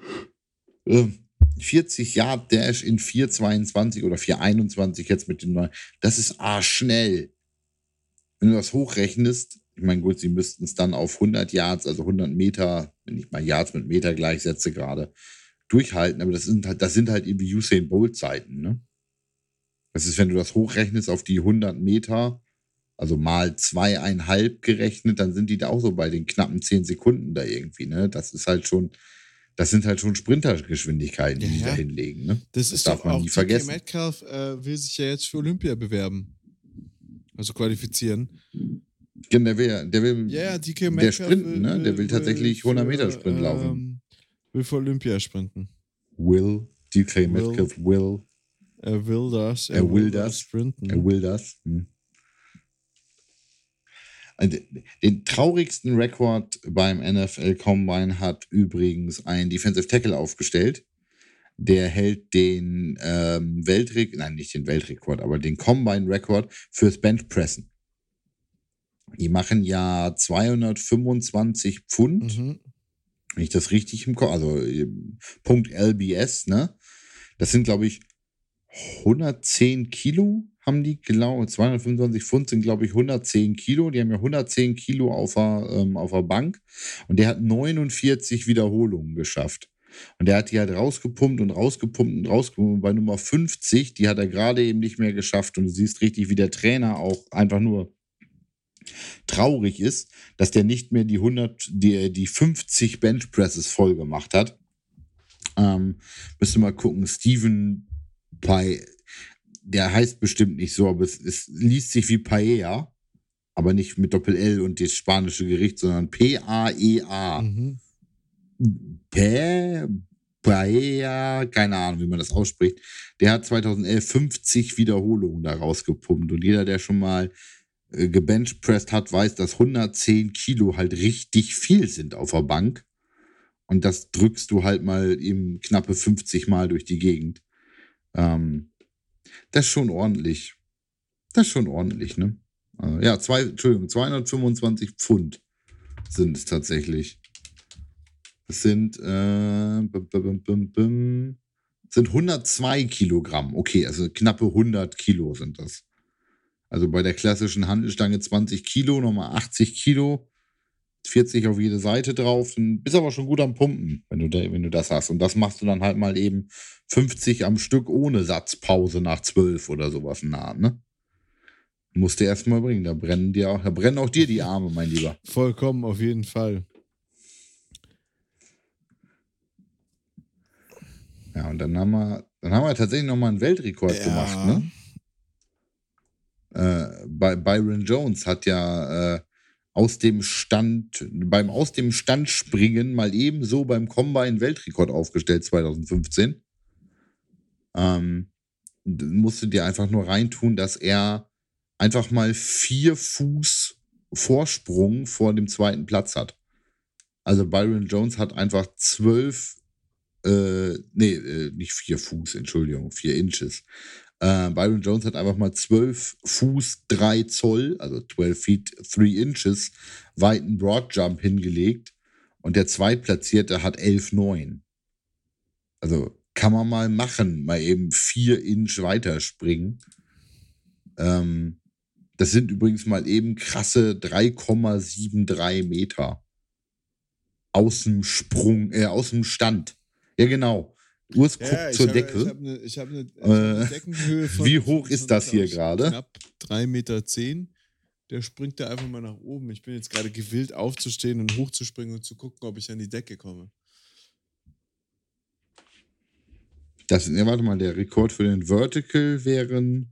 40 Yard Dash in 4,22 oder 4,21 jetzt mit dem neuen. Das ist arschschnell. Wenn du das hochrechnest, ich meine, gut, sie müssten es dann auf 100 Yards, also 100 Meter, wenn ich mal Yards mit Meter gleichsetze gerade, durchhalten, aber das sind halt irgendwie Usain Bolt-Zeiten, ne? Das ist, wenn du das hochrechnest auf die 100 Meter, also mal 2,5 gerechnet, dann sind die da auch so bei den knappen 10 Sekunden da irgendwie, ne? Das sind halt schon Sprintergeschwindigkeiten, die da hinlegen, ne? Das darf man nie vergessen. DK Metcalf will sich ja jetzt für Olympia bewerben. Also qualifizieren. Der will DK Metcalf sprinten, ne? Der will tatsächlich 100 Meter Sprint laufen. Will für Olympia sprinten. DK Metcalf will. Er will das. Er will das. Sprinten. Er will das. Den traurigsten Rekord beim NFL Combine hat übrigens ein Defensive Tackle aufgestellt. Der hält den nicht den Weltrekord, aber den Combine-Rekord fürs Benchpressen. Die machen ja 225 Pfund, wenn ich das richtig im Kopf, also Punkt LBS, ne? Das sind, glaube ich, 110 Kilo haben die, genau, 225 Pfund sind, glaube ich, 110 Kilo. Die haben ja 110 Kilo auf der Bank und der hat 49 Wiederholungen geschafft. Und der hat die halt rausgepumpt und rausgepumpt. Und bei Nummer 50, die hat er gerade eben nicht mehr geschafft. Und du siehst richtig, wie der Trainer auch einfach nur traurig ist, dass der nicht mehr die 50 Benchpresses voll gemacht hat. Müsst ihr mal gucken, Steven der heißt bestimmt nicht so, aber es liest sich wie Paella, aber nicht mit Doppel-L und das spanische Gericht, sondern P-A-E-A. Paella, keine Ahnung, wie man das ausspricht. Der hat 2011 50 Wiederholungen da rausgepumpt und jeder, der schon mal gebenchpresst hat, weiß, dass 110 Kilo halt richtig viel sind auf der Bank und das drückst du halt mal eben knappe 50 Mal durch die Gegend. Das ist schon ordentlich. Ne? Also, 225 Pfund sind es tatsächlich. Das sind 102 Kilogramm. Okay, also knappe 100 Kilo sind das. Also bei der klassischen Hantelstange 20 Kilo, nochmal 80 Kilo, 40 auf jede Seite drauf. Dann bist aber schon gut am Pumpen, wenn du das hast. Und das machst du dann halt mal eben 50 am Stück ohne Satzpause nach 12 oder sowas nah, ne? Musst du erst mal bringen. Da brennen auch dir die Arme, mein Lieber. Vollkommen, auf jeden Fall. Ja, und dann haben wir tatsächlich nochmal einen Weltrekord gemacht, ne? Byron Jones hat ja aus dem Stand springen mal ebenso beim Combine Weltrekord aufgestellt 2015. Musste dir einfach nur reintun, dass er einfach mal 4 Fuß Vorsprung vor dem zweiten Platz hat. Also Byron Jones hat einfach 12 nicht 4 Fuß, Entschuldigung, 4 Inches. Byron Jones hat einfach mal 12 Fuß 3 Zoll, also 12 feet 3 inches, weiten Broadjump hingelegt und der Zweitplatzierte hat 11,9. Also kann man mal machen, mal eben 4 Inch weiterspringen. Das sind übrigens mal eben krasse 3,73 Meter. Aus dem Stand. Ja, genau. Urs guckt zur Decke. Ich hab eine Deckenhöhe von. Wie hoch ist das hier gerade? Knapp 3,10 Meter. Der springt da einfach mal nach oben. Ich bin jetzt gerade gewillt, aufzustehen und hochzuspringen und zu gucken, ob ich an die Decke komme. Warte mal, der Rekord für den Vertical wären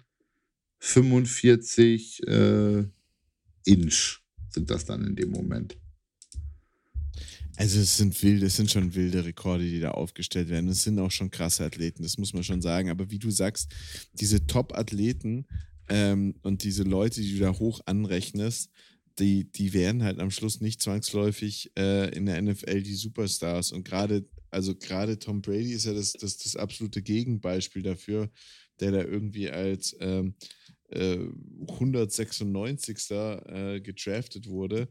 45 Inch sind das dann in dem Moment. Also es sind schon wilde Rekorde, die da aufgestellt werden. Es sind auch schon krasse Athleten, das muss man schon sagen. Aber wie du sagst, diese Top-Athleten und diese Leute, die du da hoch anrechnest, die werden halt am Schluss nicht zwangsläufig in der NFL die Superstars. Und gerade Tom Brady ist ja das absolute Gegenbeispiel dafür, der da irgendwie als 196. Gedraftet wurde.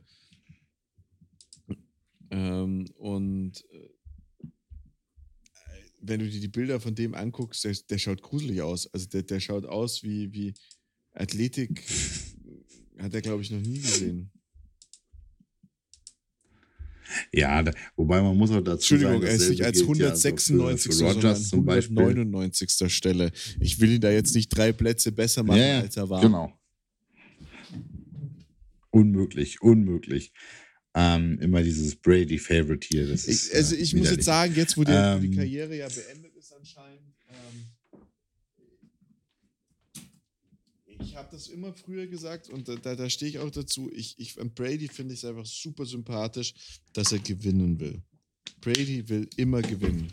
Und wenn du dir die Bilder von dem anguckst, der schaut gruselig aus. Also der schaut aus wie Athletik, hat er, glaube ich, noch nie gesehen. Ja, wobei man muss auch dazu sagen, er ist nicht als 196. Ja, sondern 199. Stelle. Ich will ihn da jetzt nicht 3 Plätze besser machen, als er war. Genau. Unmöglich. Immer dieses Brady-Favorite hier. Ich muss jetzt sagen, jetzt wo die Karriere ja beendet ist anscheinend, ich habe das immer früher gesagt und da stehe ich auch dazu, an Brady finde ich es einfach super sympathisch, dass er gewinnen will. Brady will immer gewinnen.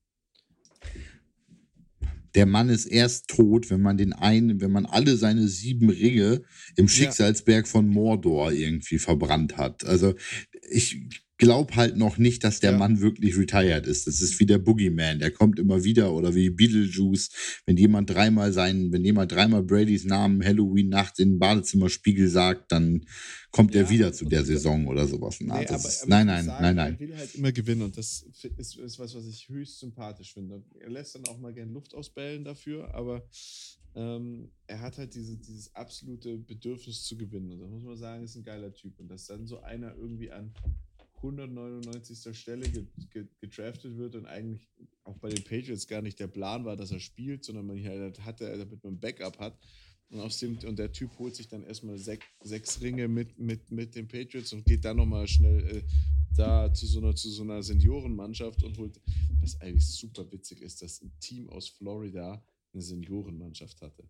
Der Mann ist erst tot, wenn man alle seine 7 Ringe im Schicksalsberg von Mordor irgendwie verbrannt hat. Also ich glaube halt noch nicht, dass der Mann wirklich retired ist. Das ist wie der Boogeyman, der kommt immer wieder, oder wie Beetlejuice, wenn jemand dreimal Bradys Namen Halloween-Nacht in den Badezimmerspiegel sagt, dann kommt er wieder zu der Saison oder sowas. Nein. Er will halt immer gewinnen und das ist was ich höchst sympathisch finde. Er lässt dann auch mal gerne Luft ausbellen dafür, aber er hat halt dieses absolute Bedürfnis zu gewinnen und da muss man sagen, ist ein geiler Typ und dass dann so einer irgendwie an 199. Stelle gedraftet wird und eigentlich auch bei den Patriots gar nicht der Plan war, dass er spielt, sondern man halt hatte, damit man ein Backup hat. Und der Typ holt sich dann erstmal 6 Ringe mit den Patriots und geht dann nochmal schnell da zu so einer Seniorenmannschaft und holt, was eigentlich super witzig ist, dass ein Team aus Florida eine Seniorenmannschaft hatte.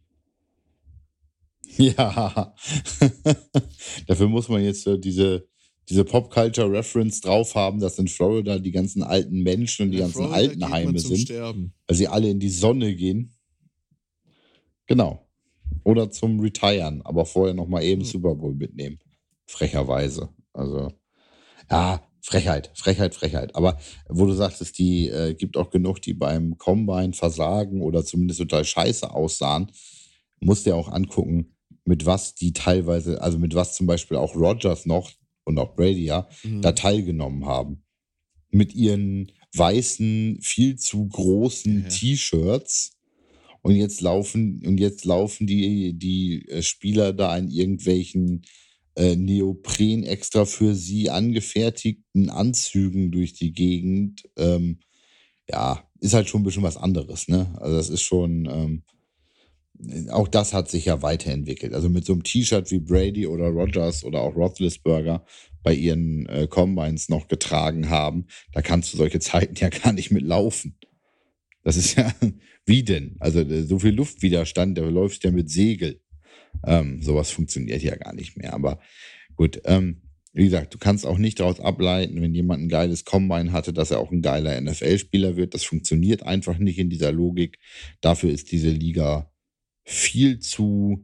Ja, dafür muss man jetzt diese Pop-Culture-Reference drauf haben, dass in Florida die ganzen alten Menschen und die ganzen Altenheime sind, Sterben. weil sie alle in die Sonne gehen. Genau. Oder zum Retiren, aber vorher nochmal eben Super Bowl mitnehmen. Frecherweise. Also, ja, Frechheit. Aber wo du sagtest, die gibt auch genug, die beim Combine versagen oder zumindest total scheiße aussahen, musst dir auch angucken, mit was die teilweise, also mit was zum Beispiel auch Rodgers noch und auch Brady da teilgenommen haben. Mit ihren weißen, viel zu großen T-Shirts. Und jetzt laufen die Spieler da in irgendwelchen Neopren extra für sie angefertigten Anzügen durch die Gegend. Ist halt schon ein bisschen was anderes, ne? Also das ist schon, auch das hat sich ja weiterentwickelt. Also mit so einem T-Shirt wie Brady oder Rodgers oder auch Roethlisberger bei ihren Combines noch getragen haben, da kannst du solche Zeiten ja gar nicht mit laufen. Das ist ja, wie denn? Also so viel Luftwiderstand, da läufst du ja mit Segel. Sowas funktioniert ja gar nicht mehr. Aber gut, wie gesagt, du kannst auch nicht daraus ableiten, wenn jemand ein geiles Combine hatte, dass er auch ein geiler NFL-Spieler wird. Das funktioniert einfach nicht in dieser Logik. Dafür ist diese Liga viel zu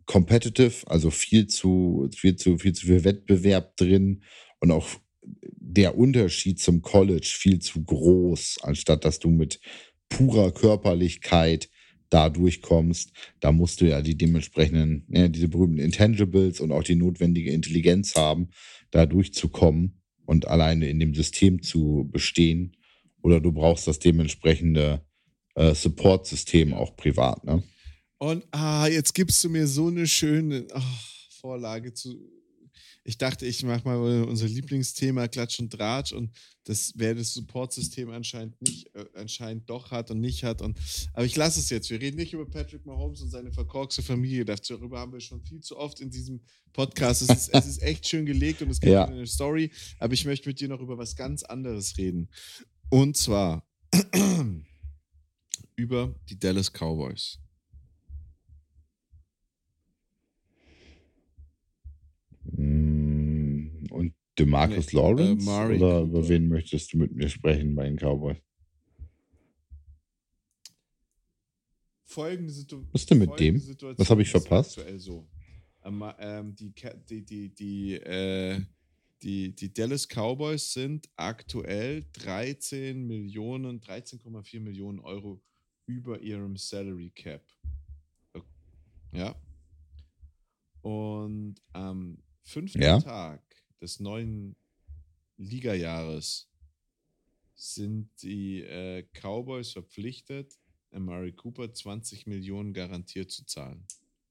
competitive, also viel zu viel Wettbewerb drin und auch der Unterschied zum College viel zu groß, anstatt dass du mit purer Körperlichkeit da durchkommst. Da musst du ja die dementsprechenden, diese berühmten Intangibles und auch die notwendige Intelligenz haben, da durchzukommen und alleine in dem System zu bestehen. Oder du brauchst das dementsprechende Support-System auch privat, ne? Und jetzt gibst du mir so eine schöne Vorlage zu. Ich dachte, ich mache mal unser Lieblingsthema Klatsch und Tratsch und das wäre das Support-System anscheinend doch hat und nicht hat. Aber ich lasse es jetzt. Wir reden nicht über Patrick Mahomes und seine verkorkste Familie. Darüber haben wir schon viel zu oft in diesem Podcast. Es ist echt schön gelegt und es gibt eine Story. Aber ich möchte mit dir noch über was ganz anderes reden. Und zwar über die Dallas Cowboys. Und DeMarcus Lawrence? Oder Cooper. Über wen möchtest du mit mir sprechen bei den Cowboys? Folgende Situation. Was ist denn mit dem? Was habe ich verpasst? Aktuell so. Die Dallas Cowboys sind aktuell 13,4 Millionen Euro über ihrem Salary Cap. Ja. Und am 5. Tag des neuen Ligajahres sind die Cowboys verpflichtet, Amari Cooper 20 Millionen garantiert zu zahlen.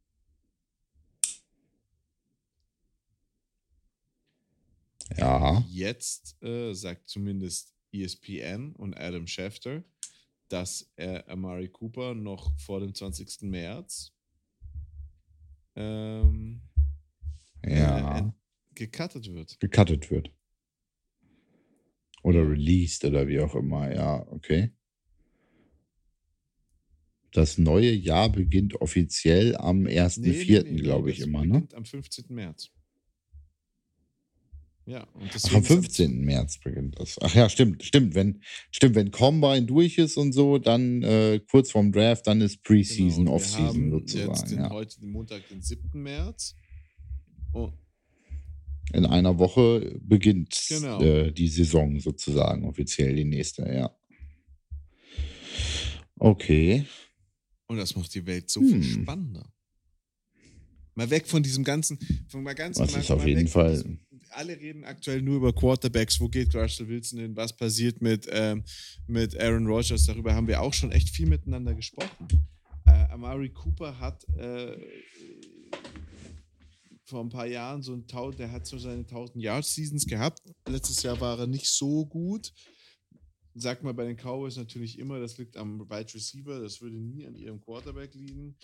Ja. Jetzt sagt zumindest ESPN und Adam Schefter, dass Amari Cooper noch vor dem 20. März gecuttet wird. Oder released oder wie auch immer, ja, okay. Das neue Jahr beginnt offiziell am 1.4., glaube ich, immer, ne? Am 15. März. Ja, und am 15. März beginnt das. Ach ja, stimmt. Wenn Combine durch ist und so, dann kurz vorm Draft, dann ist Preseason, genau, Offseason sozusagen. Jetzt heute den Montag, den 7. März. In einer Woche beginnt die Saison sozusagen offiziell, die nächste, ja. Okay. Und das macht die Welt so viel spannender. Mal weg von diesem ganzen, Was ist auf jeden Fall. Alle reden aktuell nur über Quarterbacks. Wo geht Russell Wilson hin? Was passiert mit Aaron Rodgers? Darüber haben wir auch schon echt viel miteinander gesprochen. Amari Cooper hat vor ein paar Jahren der hat so seine 1000-Yard-Seasons gehabt. Letztes Jahr war er nicht so gut. Sagt man bei den Cowboys natürlich immer, das liegt am Wide Receiver. Das würde nie an ihrem Quarterback liegen.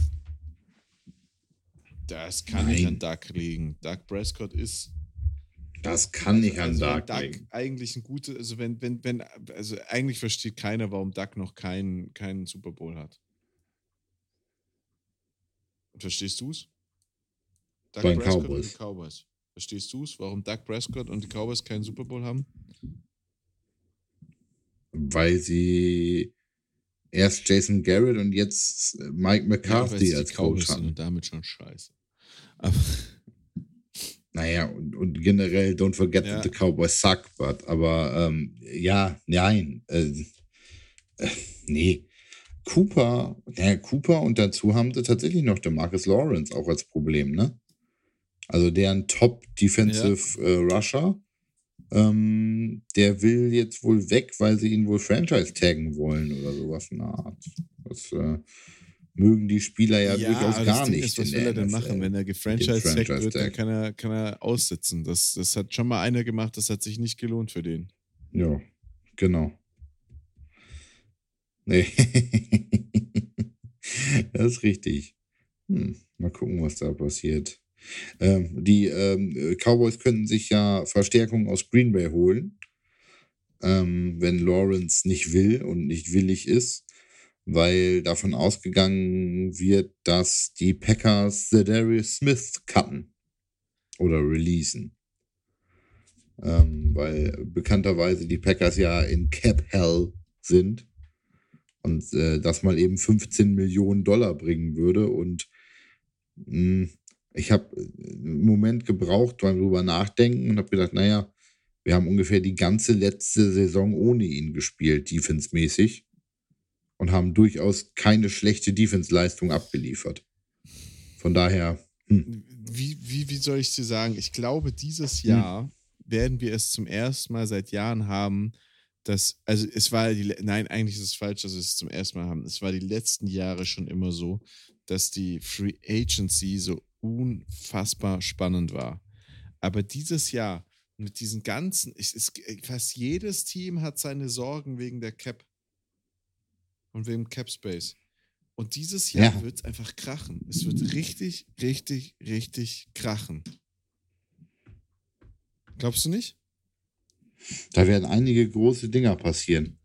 Das kann nicht an Dak liegen. Dak Prescott ist. Das kann nicht an Dak liegen. Eigentlich ein guter, also also eigentlich versteht keiner, warum Dak noch keinen Super Bowl hat. Verstehst du es? Bei den Cowboys. Und die Cowboys. Verstehst du es, warum Dak Prescott und die Cowboys keinen Super Bowl haben? Weil sie erst Jason Garrett und jetzt Mike McCarthy als Coach hatten. Und damit schon scheiße. Aber naja, und generell, don't forget that the Cowboys suck, aber nein. Nee. Cooper und dazu haben sie tatsächlich noch DeMarcus Lawrence auch als Problem, ne? Also deren Top-Defensive Rusher, der will jetzt wohl weg, weil sie ihn wohl Franchise taggen wollen oder sowas in der Art. Das mögen die Spieler ja durchaus gar nicht. Was will er denn machen? Wenn er gefranchise-taggt wird, dann kann er aussitzen. Das hat schon mal einer gemacht, das hat sich nicht gelohnt für den. Ja, genau. Nee. Das ist richtig. Mal gucken, was da passiert. Die Cowboys könnten sich ja Verstärkung aus Green Bay holen, wenn Lawrence nicht will und nicht willig ist, weil davon ausgegangen wird, dass die Packers Za'Darius Smith cutten oder releasen. Weil bekannterweise die Packers ja in Cap Hell sind und das mal eben $15 Millionen bringen würde. Und ich habe einen Moment gebraucht beim drüber nachdenken und habe gedacht, naja, Wir haben ungefähr die ganze letzte Saison ohne ihn gespielt, defensemäßig. Und haben durchaus keine schlechte Defense-Leistung abgeliefert. Von daher. Wie soll ich dir sagen? Ich glaube, dieses Jahr werden wir es zum ersten Mal seit Jahren haben, also es war nein, eigentlich ist es falsch, dass wir es zum ersten Mal haben. Es war die letzten Jahre schon immer so, dass die Free Agency so unfassbar spannend war. Aber dieses Jahr mit diesen ganzen, fast jedes Team hat seine Sorgen wegen der Cap und wegen Cap Space. Und dieses Jahr wird es einfach krachen. Es wird richtig, richtig, richtig krachen. Glaubst du nicht? Da werden einige große Dinger passieren.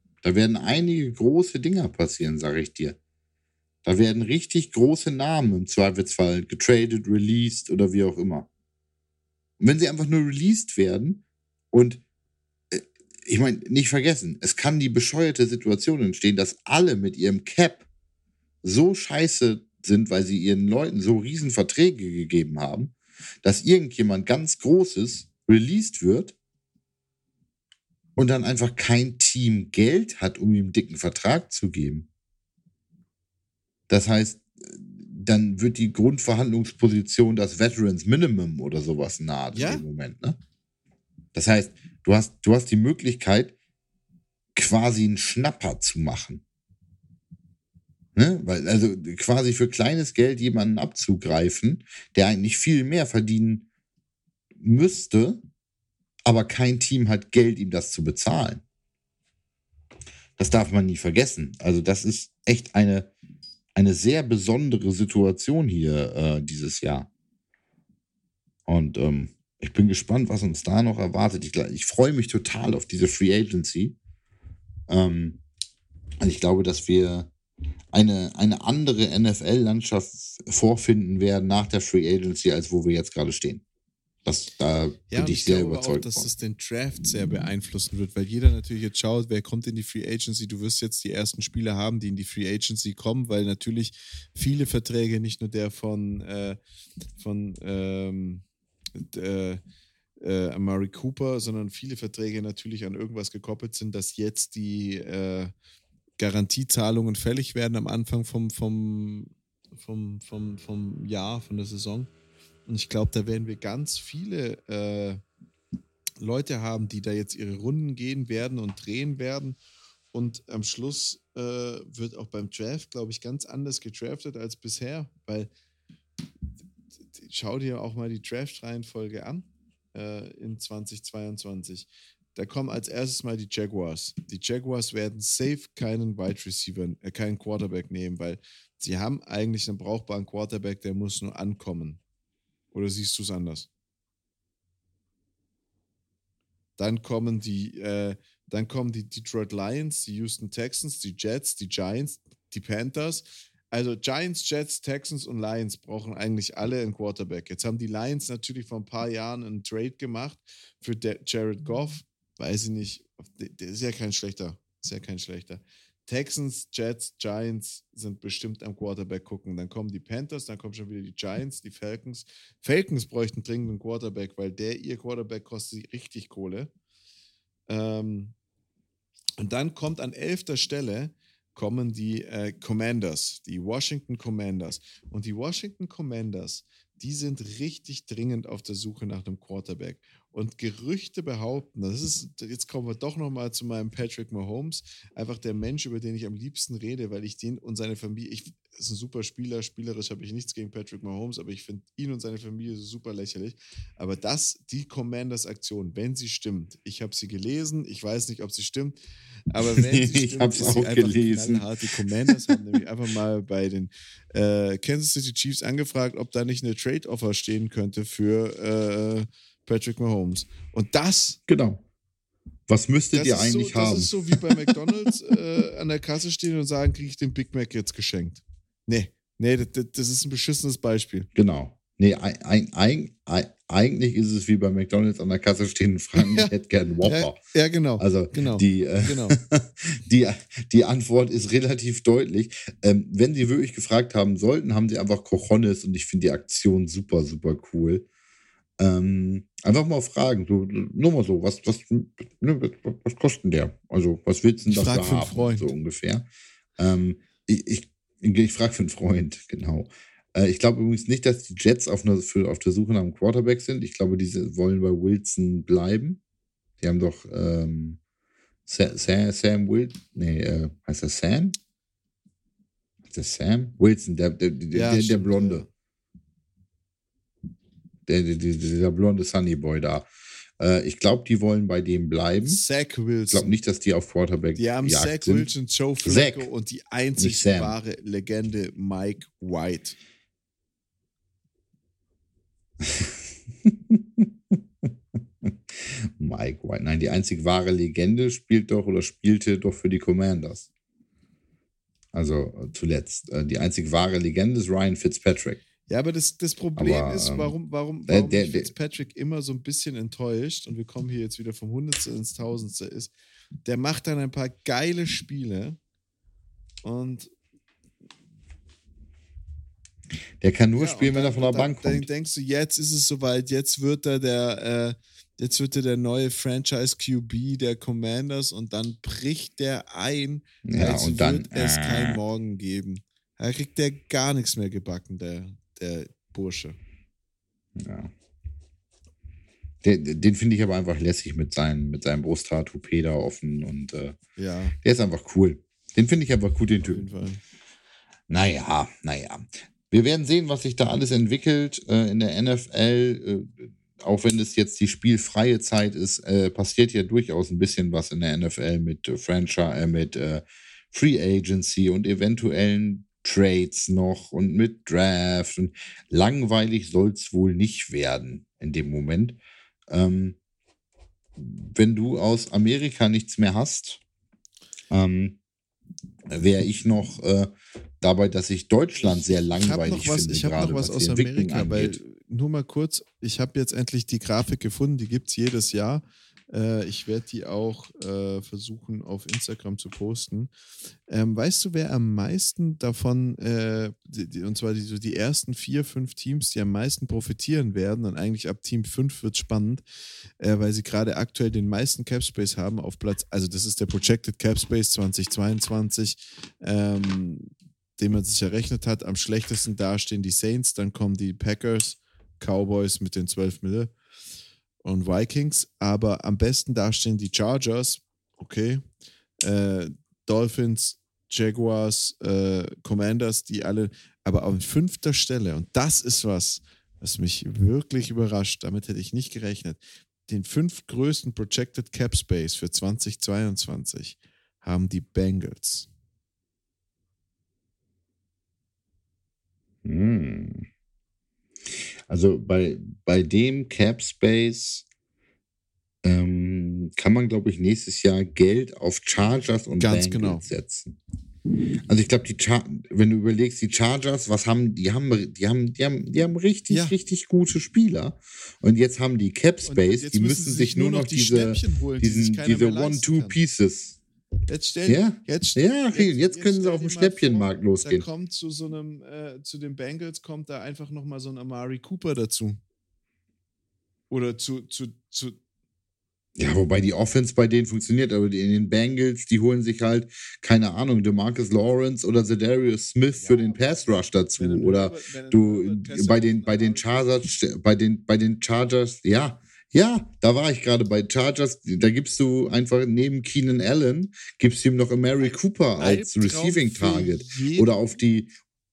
Sage ich dir. Da werden richtig große Namen im Zweifelsfall getradet, released oder wie auch immer. Und wenn sie einfach nur released werden und ich meine, nicht vergessen, es kann die bescheuerte Situation entstehen, dass alle mit ihrem Cap so scheiße sind, weil sie ihren Leuten so riesen Verträge gegeben haben, dass irgendjemand ganz Großes released wird und dann einfach kein Team Geld hat, um ihm einen dicken Vertrag zu geben. Das heißt, dann wird die Grundverhandlungsposition das Veterans Minimum oder sowas nahe in dem Moment. Ne? Das heißt, du hast die Möglichkeit, quasi einen Schnapper zu machen. Ne? Weil, also quasi für kleines Geld jemanden abzugreifen, der eigentlich viel mehr verdienen müsste, aber kein Team hat Geld, ihm das zu bezahlen. Das darf man nie vergessen. Also das ist echt eine sehr besondere Situation hier dieses Jahr. Und ich bin gespannt, was uns da noch erwartet. Ich freue mich total auf diese Free Agency. Und ich glaube, dass wir eine andere NFL-Landschaft vorfinden werden nach der Free Agency, als wo wir jetzt gerade stehen. Da bin ich sehr überzeugt. Dass das den Draft sehr beeinflussen wird, weil jeder natürlich jetzt schaut, wer kommt in die Free Agency. Du wirst jetzt die ersten Spieler haben, die in die Free Agency kommen, weil natürlich viele Verträge, nicht nur der von Amari Cooper, sondern viele Verträge natürlich an irgendwas gekoppelt sind, dass jetzt die Garantiezahlungen fällig werden am Anfang vom Jahr, von der Saison. Und ich glaube, da werden wir ganz viele Leute haben, die da jetzt ihre Runden gehen werden und drehen werden. Und am Schluss wird auch beim Draft, glaube ich, ganz anders gedraftet als bisher, weil schau dir auch mal die Draft-Reihenfolge an in 2022. Da kommen als erstes mal die Jaguars. Die Jaguars werden safe keinen Wide Receiver, keinen Quarterback nehmen, weil sie haben eigentlich einen brauchbaren Quarterback, der muss nur ankommen. Oder siehst du es anders? Dann kommen die Detroit Lions, die Houston Texans, die Jets, die Giants, die Panthers. Also Giants, Jets, Texans und Lions brauchen eigentlich alle einen Quarterback. Jetzt haben die Lions natürlich vor ein paar Jahren einen Trade gemacht für Jared Goff. Weiß ich nicht, der ist ja kein schlechter. Texans, Jets, Giants sind bestimmt am Quarterback gucken. Dann kommen die Panthers, dann kommen schon wieder die Giants, die Falcons. Falcons bräuchten dringend einen Quarterback, weil ihr Quarterback kostet richtig Kohle. Und dann kommt an 11. Stelle kommen die Commanders, die Washington Commanders. Und die Washington Commanders, die sind richtig dringend auf der Suche nach einem Quarterback. Und Gerüchte behaupten, jetzt kommen wir doch nochmal zu meinem Patrick Mahomes, einfach der Mensch, über den ich am liebsten rede, weil ich den und seine Familie, ist ein super Spieler, spielerisch habe ich nichts gegen Patrick Mahomes, aber ich finde ihn und seine Familie so super lächerlich. Aber die Commanders-Aktion, wenn sie stimmt, ich habe sie gelesen, ich weiß nicht, ob sie stimmt, aber wenn sie stimmt, ich habe es auch gelesen. Die Commanders haben nämlich einfach mal bei den Kansas City Chiefs angefragt, ob da nicht eine Trade-Offer stehen könnte für Patrick Mahomes. Und das... Genau. Was müsstet ihr eigentlich haben? Das ist so wie bei McDonald's an der Kasse stehen und sagen, kriege ich den Big Mac jetzt geschenkt. Nee, das ist ein beschissenes Beispiel. Genau. Nee, eigentlich ist es wie bei McDonald's an der Kasse stehen und fragen, ich hätte gerne einen Whopper. Ja, genau. Also genau. Die Antwort ist relativ deutlich. Wenn sie wirklich gefragt haben sollten, haben sie einfach Cojones und ich finde die Aktion super, super cool. Einfach mal fragen, so, nur mal so, was kostet der? Also, was willst du denn dafür frag für einen haben? Freund. So ungefähr. Ich frage für einen Freund, genau. Ich glaube übrigens nicht, dass die Jets auf der Suche nach einem Quarterback sind. Ich glaube, diese wollen bei Wilson bleiben. Die haben doch Sam Wilson. Nee, heißt das Sam? Ist das Sam? Wilson, der stimmt, Blonde. Ja. Der blonde Sunny Boy da. Ich glaube, die wollen bei dem bleiben. Zach Wilson. Ich glaube nicht, dass die auf Quarterback Die haben Zach Wilson, Joe Flacco und die einzig wahre Legende Mike White. Mike White. Nein, die einzig wahre Legende spielte doch für die Commanders. Also zuletzt. Die einzig wahre Legende ist Ryan Fitzpatrick. Ja, aber das Problem ist, warum mich Fitzpatrick immer so ein bisschen enttäuscht, und wir kommen hier jetzt wieder vom Hundertste ins Tausendste, ist, der macht dann ein paar geile Spiele und der kann nur spielen, wenn er von der Bank kommt. Dann denkst du, jetzt ist es soweit, jetzt wird er der neue Franchise QB der Commanders und dann bricht der ein, als und dann wird es kein Morgen geben. Da kriegt der gar nichts mehr gebacken, der Bursche. Ja. Den finde ich aber einfach lässig mit seinem Brusthaar-Toupet da offen und der ist einfach cool. Den finde ich einfach gut, den Typen. Auf jeden Fall. Naja. Wir werden sehen, was sich da alles entwickelt in der NFL. Auch wenn es jetzt die spielfreie Zeit ist, passiert ja durchaus ein bisschen was in der NFL mit Free Agency und eventuellen Trades noch und mit Draft. Und langweilig soll es wohl nicht werden in dem Moment. Wenn du aus Amerika nichts mehr hast, wäre ich noch dabei, dass ich Deutschland sehr langweilig finde. Ich habe noch was aus Amerika, weil nur mal kurz, ich habe jetzt endlich die Grafik gefunden, die gibt es jedes Jahr. Ich werde die auch versuchen auf Instagram zu posten. Weißt du, wer am meisten davon, und zwar die ersten 4, 5 Teams, die am meisten profitieren werden, und eigentlich ab Team 5 wird es spannend, weil sie gerade aktuell den meisten Cap Space haben auf Platz, also das ist der Projected Cap Space 2022, den man sich errechnet hat. Am schlechtesten dastehen die Saints, dann kommen die Packers, Cowboys mit den 12 Mille und Vikings, aber am besten dastehen die Chargers, okay, Dolphins, Jaguars, Commanders, die alle, aber auf 5. Stelle, und das ist was mich wirklich überrascht, damit hätte ich nicht gerechnet, den 5 größten Projected Cap Space für 2022 haben die Bengals. Also bei dem Cap Space kann man, glaube ich, nächstes Jahr Geld auf Chargers und Bengals setzen. Also ich glaube, wenn du überlegst, die Chargers, was haben die? Haben richtig gute Spieler. Und jetzt haben die Cap Space, die müssen sich nur noch diese One-Two-Pieces. Jetzt können sie auf dem Schnäppchenmarkt losgehen. Da kommt zu den Bengals kommt da einfach nochmal so ein Amari Cooper dazu. Oder zu ja, wobei die Offense bei denen funktioniert, aber in den Bengals, die holen sich halt, keine Ahnung, DeMarcus Lawrence oder Za'Darius Smith für den Pass Rush dazu. Oder bei den Chargers, ja, da war ich gerade bei Chargers, da gibst du einfach neben Keenan Allen, gibst du ihm noch Amari Cooper als Receiving Target. Oder auf die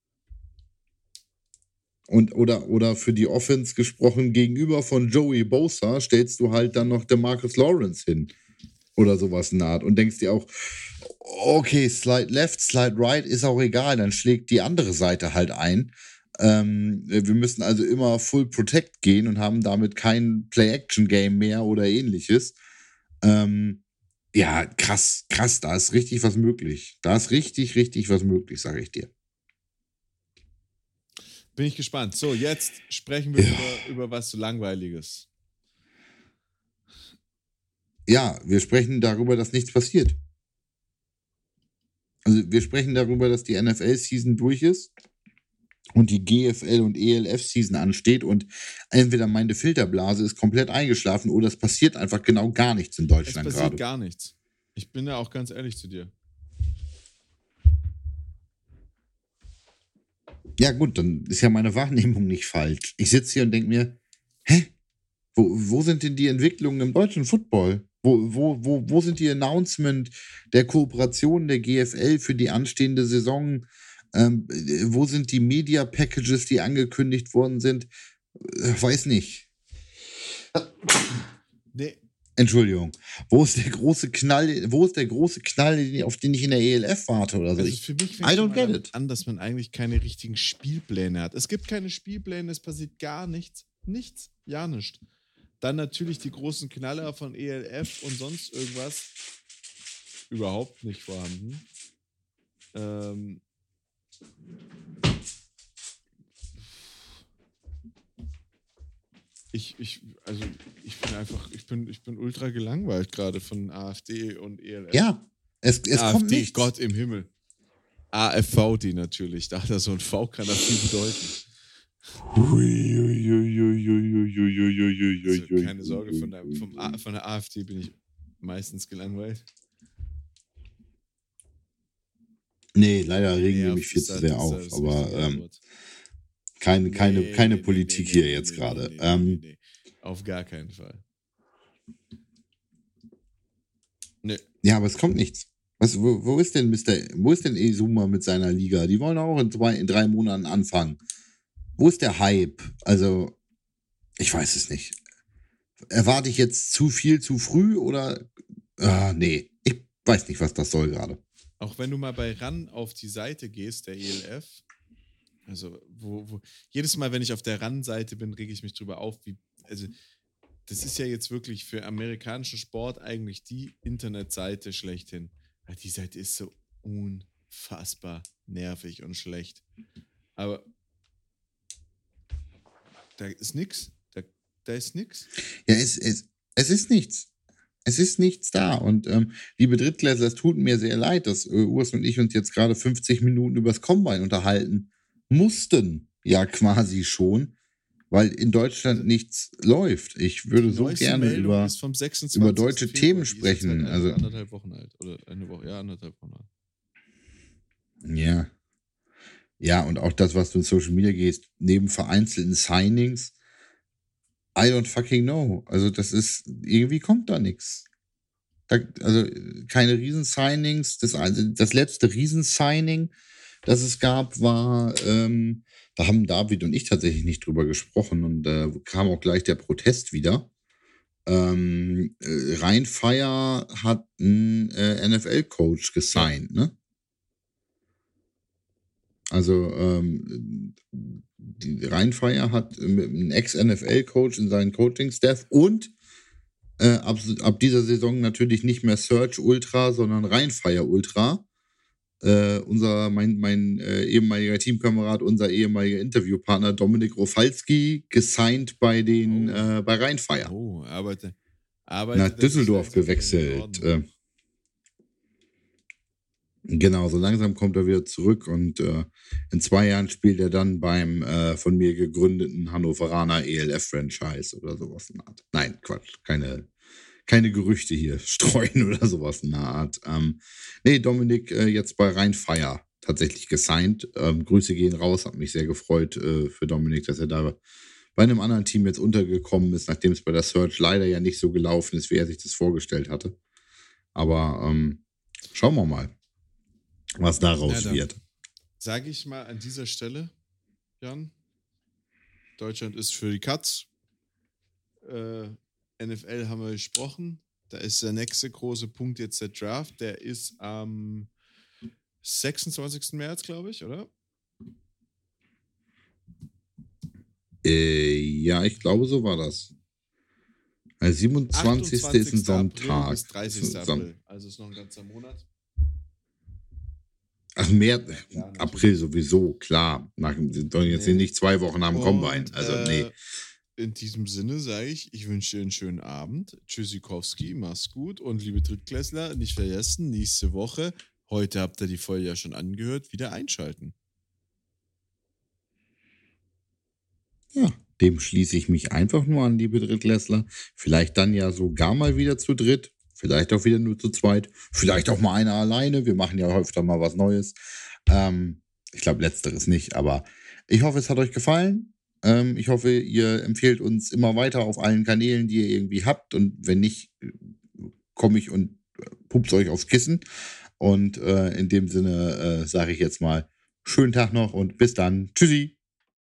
oder für die Offense gesprochen, gegenüber von Joey Bosa stellst du halt dann noch DeMarcus Lawrence hin. Oder sowas in der Art. Und denkst dir auch, okay, Slide Left, Slide Right, ist auch egal, dann schlägt die andere Seite halt ein. Wir müssen also immer Full Protect gehen und haben damit kein Play-Action-Game mehr oder ähnliches. Ja, krass, da ist richtig was möglich. Da ist richtig was möglich, sage ich dir. Bin ich gespannt. So, jetzt sprechen wir über was Langweiliges. Ja, wir sprechen darüber, dass nichts passiert. Also wir sprechen darüber, dass die NFL-Season durch ist und die GFL und ELF-Season ansteht und entweder meine Filterblase ist komplett eingeschlafen oder es passiert einfach genau gar nichts in Deutschland gerade. Es passiert gar nichts. Ich bin ja auch ganz ehrlich zu dir. Ja gut, dann ist ja meine Wahrnehmung nicht falsch. Ich sitze hier und denke mir, hä? Wo sind denn die Entwicklungen im deutschen Football? Wo sind die Announcement der Kooperation der GFL für die anstehende Saison? Wo sind die Media Packages, die angekündigt worden sind? Weiß nicht. Nee. Entschuldigung. Wo ist der große Knall, auf den ich in der ELF warte oder so? Also für mich fängt I don't get it. an, dass man eigentlich keine richtigen Spielpläne hat. Es gibt keine Spielpläne, es passiert gar nichts. Nichts, ja nichts. Dann natürlich die großen Knaller von ELF und sonst irgendwas. Überhaupt nicht vorhanden. Ich bin ultra gelangweilt gerade von AfD und ELF. Ja, es AfD, kommt nichts. Gott im Himmel. AfVD natürlich. Da hat er so ein V, kann das viel bedeuten. Also keine Sorge, von der AfD bin ich meistens gelangweilt. Nee, leider regen die mich viel zu sehr auf. Aber keine Politik hier jetzt gerade. Nee. Auf gar keinen Fall. Nee. Ja, aber es kommt nichts. Wo ist denn Ezuma mit seiner Liga? Die wollen auch in 3 Monaten anfangen. Wo ist der Hype? Also, ich weiß es nicht. Erwarte ich jetzt zu viel zu früh oder? Nee, ich weiß nicht, was das soll gerade. Auch wenn du mal bei RAN auf die Seite gehst, der ELF, also jedes Mal, wenn ich auf der RAN-Seite bin, rege ich mich drüber auf, also das ist ja jetzt wirklich für amerikanischen Sport eigentlich die Internetseite schlechthin. Die Seite ist so unfassbar nervig und schlecht. Aber da ist nichts. Da ist nichts. Ja, es ist nichts. Es ist nichts da. Und liebe Drittklässler, es tut mir sehr leid, dass Urs und ich uns jetzt gerade 50 Minuten übers Combine unterhalten mussten. Ja, quasi schon. Weil in Deutschland nichts läuft. Ich würde so gerne über deutsche Themen sprechen. Halt also 1,5 Wochen alt. Oder eine Woche, ja, 1,5 Wochen alt. Ja. Ja, und auch das, was du in Social Media gehst, neben vereinzelten Signings, I don't fucking know. Also das ist, irgendwie kommt da nichts. Also keine Riesen-Signings. Das letzte Riesen-Signing, das es gab, war, da haben David und ich tatsächlich nicht drüber gesprochen und da kam auch gleich der Protest wieder. Rheinfire hat einen NFL-Coach gesigned, ne? Also die Rheinfire hat einen Ex-NFL-Coach in seinen Coaching-Staff und ab dieser Saison natürlich nicht mehr Search Ultra, sondern Rheinfire Ultra. Mein ehemaliger Teamkamerad, unser ehemaliger Interviewpartner Dominik Rofalski, gesigned bei Rheinfire. Oh, arbeitet nach Düsseldorf gewechselt. Genau, so langsam kommt er wieder zurück und in 2 Jahren spielt er dann beim von mir gegründeten Hannoveraner ELF-Franchise oder sowas in der Art. Nein, Quatsch, keine Gerüchte hier streuen oder sowas in der Art. Nee, Dominik jetzt bei Rheinfire tatsächlich gesigned. Grüße gehen raus, hat mich sehr gefreut für Dominik, dass er da bei einem anderen Team jetzt untergekommen ist, nachdem es bei der Search leider ja nicht so gelaufen ist, wie er sich das vorgestellt hatte. Aber schauen wir mal, was daraus wird. Sage ich mal an dieser Stelle, Jan, Deutschland ist für die Katz. NFL haben wir gesprochen. Da ist der nächste große Punkt jetzt der Draft. Der ist am 26. März, glaube ich, oder? Ja, ich glaube, so war das. Der 27. ist ein Sonntag. Bis 30. April. Also ist noch ein ganzer Monat. Ach, März, ja, April sowieso, klar. Sind doch jetzt nicht 2 Wochen nach dem Combine. Also, nee. In diesem Sinne sage ich wünsche dir einen schönen Abend. Tschüssikowski, mach's gut. Und liebe Drittklässler, nicht vergessen, nächste Woche, heute habt ihr die Folge ja schon angehört, wieder einschalten. Ja, dem schließe ich mich einfach nur an, liebe Drittklässler. Vielleicht dann ja sogar mal wieder zu dritt, vielleicht auch wieder nur zu zweit, vielleicht auch mal einer alleine. Wir machen ja öfter mal was Neues. Ich glaube, letzteres nicht, aber ich hoffe, es hat euch gefallen. Ich hoffe, ihr empfehlt uns immer weiter auf allen Kanälen, die ihr irgendwie habt. Und wenn nicht, komme ich und pups euch aufs Kissen. Und in dem Sinne sage ich jetzt mal, schönen Tag noch und bis dann. Tschüssi.